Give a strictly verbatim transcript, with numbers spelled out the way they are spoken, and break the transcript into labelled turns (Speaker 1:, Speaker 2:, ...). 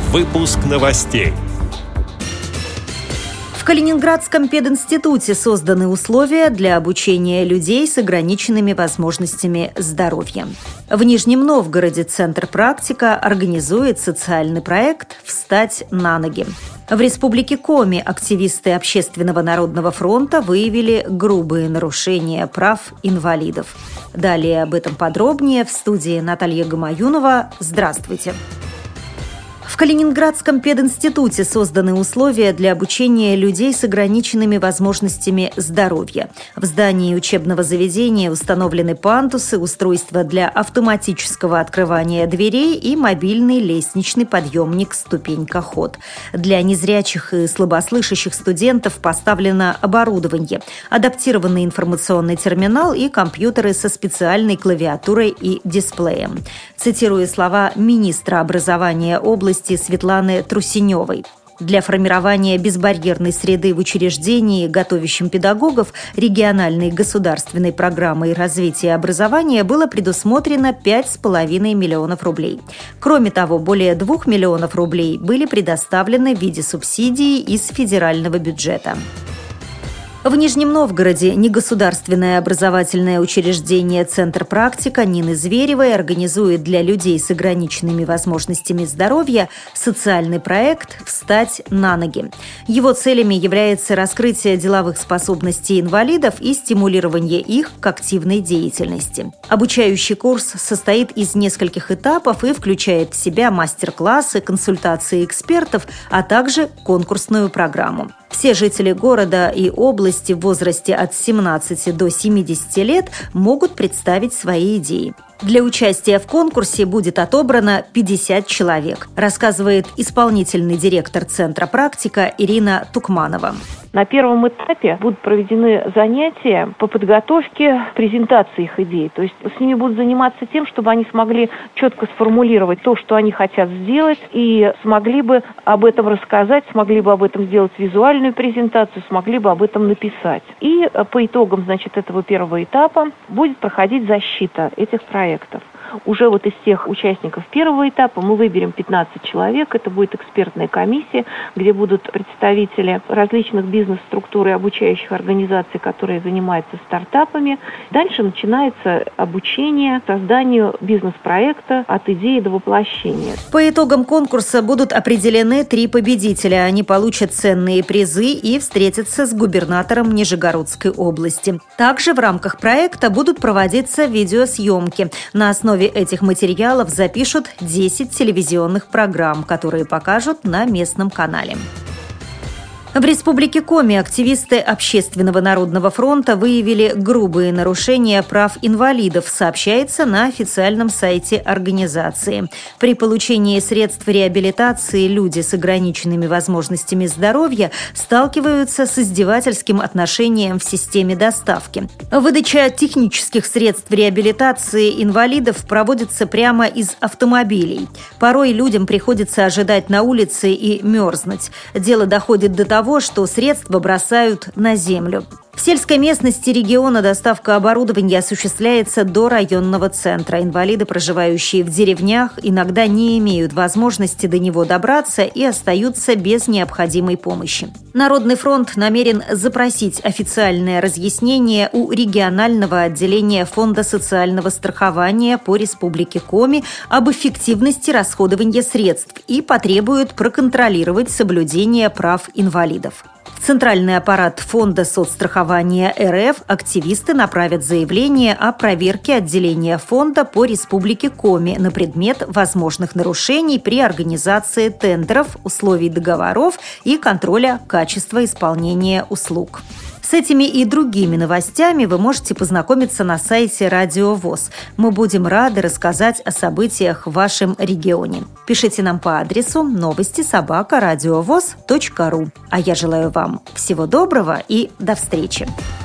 Speaker 1: Выпуск новостей.
Speaker 2: В Калининградском пединституте созданы условия для обучения людей с ограниченными возможностями здоровья. В Нижнем Новгороде Центр «Практика» организует социальный проект «Встать на ноги». В Республике Коми активисты Общественного народного фронта выявили грубые нарушения прав инвалидов. Далее об этом подробнее в студии Наталья Гамаюнова. Здравствуйте! В Калининградском пединституте созданы условия для обучения людей с ограниченными возможностями здоровья. В здании учебного заведения установлены пандусы, устройства для автоматического открывания дверей и мобильный лестничный подъемник «Ступенька-ход». Для незрячих и слабослышащих студентов поставлено оборудование, адаптированный информационный терминал и компьютеры со специальной клавиатурой и дисплеем. Цитирую слова министра образования области Светланы Трусеневой. Для формирования безбарьерной среды в учреждении, готовящем педагогов, региональной государственной программой развития образования было предусмотрено пять с половиной миллионов рублей. Кроме того, более двух миллионов рублей были предоставлены в виде субсидий из федерального бюджета. В Нижнем Новгороде негосударственное образовательное учреждение «Центр Практика» Нины Зверевой организует для людей с ограниченными возможностями здоровья социальный проект «Встать на ноги». Его целями является раскрытие деловых способностей инвалидов и стимулирование их к активной деятельности. Обучающий курс состоит из нескольких этапов и включает в себя мастер-классы, консультации экспертов, а также конкурсную программу. Все жители города и области в возрасте от семнадцати до семидесяти лет могут представить свои идеи. Для участия в конкурсе будет отобрано пятьдесят человек, рассказывает исполнительный директор Центра «Практика» Ирина Тукманова.
Speaker 3: На первом этапе будут проведены занятия по подготовке презентации их идей. То есть с ними будут заниматься тем, чтобы они смогли четко сформулировать то, что они хотят сделать, и смогли бы об этом рассказать, смогли бы об этом сделать визуальную презентацию, смогли бы об этом написать. И по итогам, значит, этого первого этапа будет проходить защита этих проектов. Уже вот из тех участников первого этапа мы выберем пятнадцать человек. Это будет экспертная комиссия, где будут представители различных бизнес-структур и обучающих организаций, которые занимаются стартапами. Дальше начинается обучение созданию бизнес-проекта от идеи до воплощения.
Speaker 2: По итогам конкурса будут определены три победителя. Они получат ценные призы и встретятся с губернатором Нижегородской области. Также в рамках проекта будут проводиться видеосъемки. На основе этих материалов запишут десять телевизионных программ, которые покажут на местном канале. В Республике Коми активисты Общественного народного фронта выявили грубые нарушения прав инвалидов, сообщается на официальном сайте организации. При получении средств реабилитации люди с ограниченными возможностями здоровья сталкиваются с издевательским отношением в системе доставки. Выдача технических средств реабилитации инвалидов проводится прямо из автомобилей. Порой людям приходится ожидать на улице и мерзнуть. Дело доходит до того, что средства бросают на землю. В сельской местности региона доставка оборудования осуществляется до районного центра. Инвалиды, проживающие в деревнях, иногда не имеют возможности до него добраться и остаются без необходимой помощи. Народный фронт намерен запросить официальное разъяснение у регионального отделения Фонда социального страхования по Республике Коми об эффективности расходования средств и потребует проконтролировать соблюдение прав инвалидов. В центральный аппарат Фонда соцстрахования эр эф активисты направят заявление о проверке отделения фонда по Республике Коми на предмет возможных нарушений при организации тендеров, условий договоров и контроля качества исполнения услуг. С этими и другими новостями вы можете познакомиться на сайте Радио ВОС. Мы будем рады рассказать о событиях в вашем регионе. Пишите нам по адресу новости собака радиовос точка ру. А я желаю вам всего доброго и до встречи!